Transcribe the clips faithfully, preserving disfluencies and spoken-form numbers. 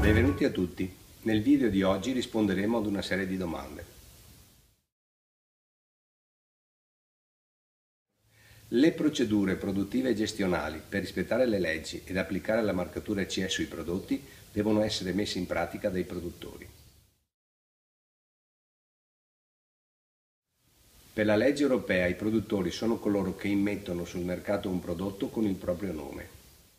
Benvenuti a tutti. Nel video di oggi risponderemo ad una serie di domande. Le procedure produttive e gestionali per rispettare le leggi ed applicare la marcatura C E sui prodotti devono essere messe in pratica dai produttori. Per la legge europea i produttori sono coloro che immettono sul mercato un prodotto con il proprio nome.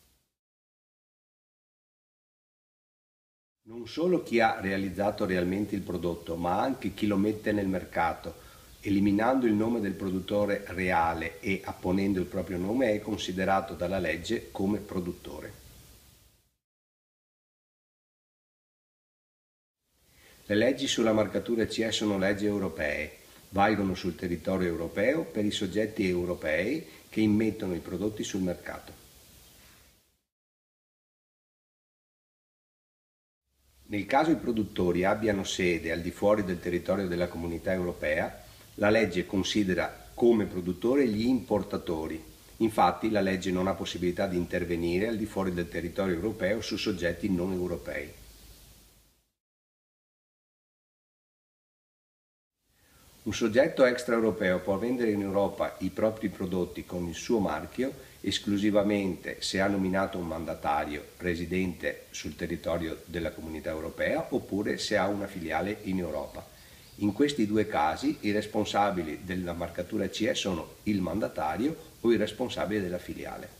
Non solo chi ha realizzato realmente il prodotto, ma anche chi lo mette nel mercato, eliminando il nome del produttore reale e apponendo il proprio nome, è considerato dalla legge come produttore. Le leggi sulla marcatura C E sono leggi europee, valgono sul territorio europeo per i soggetti europei che immettono i prodotti sul mercato. Nel caso i produttori abbiano sede al di fuori del territorio della Comunità Europea, la legge considera come produttori gli importatori. Infatti la legge non ha possibilità di intervenire al di fuori del territorio europeo su soggetti non europei. Un soggetto extraeuropeo può vendere in Europa i propri prodotti con il suo marchio esclusivamente se ha nominato un mandatario residente sul territorio della Comunità Europea oppure se ha una filiale in Europa. In questi due casi i responsabili della marcatura C E sono il mandatario o il responsabile della filiale.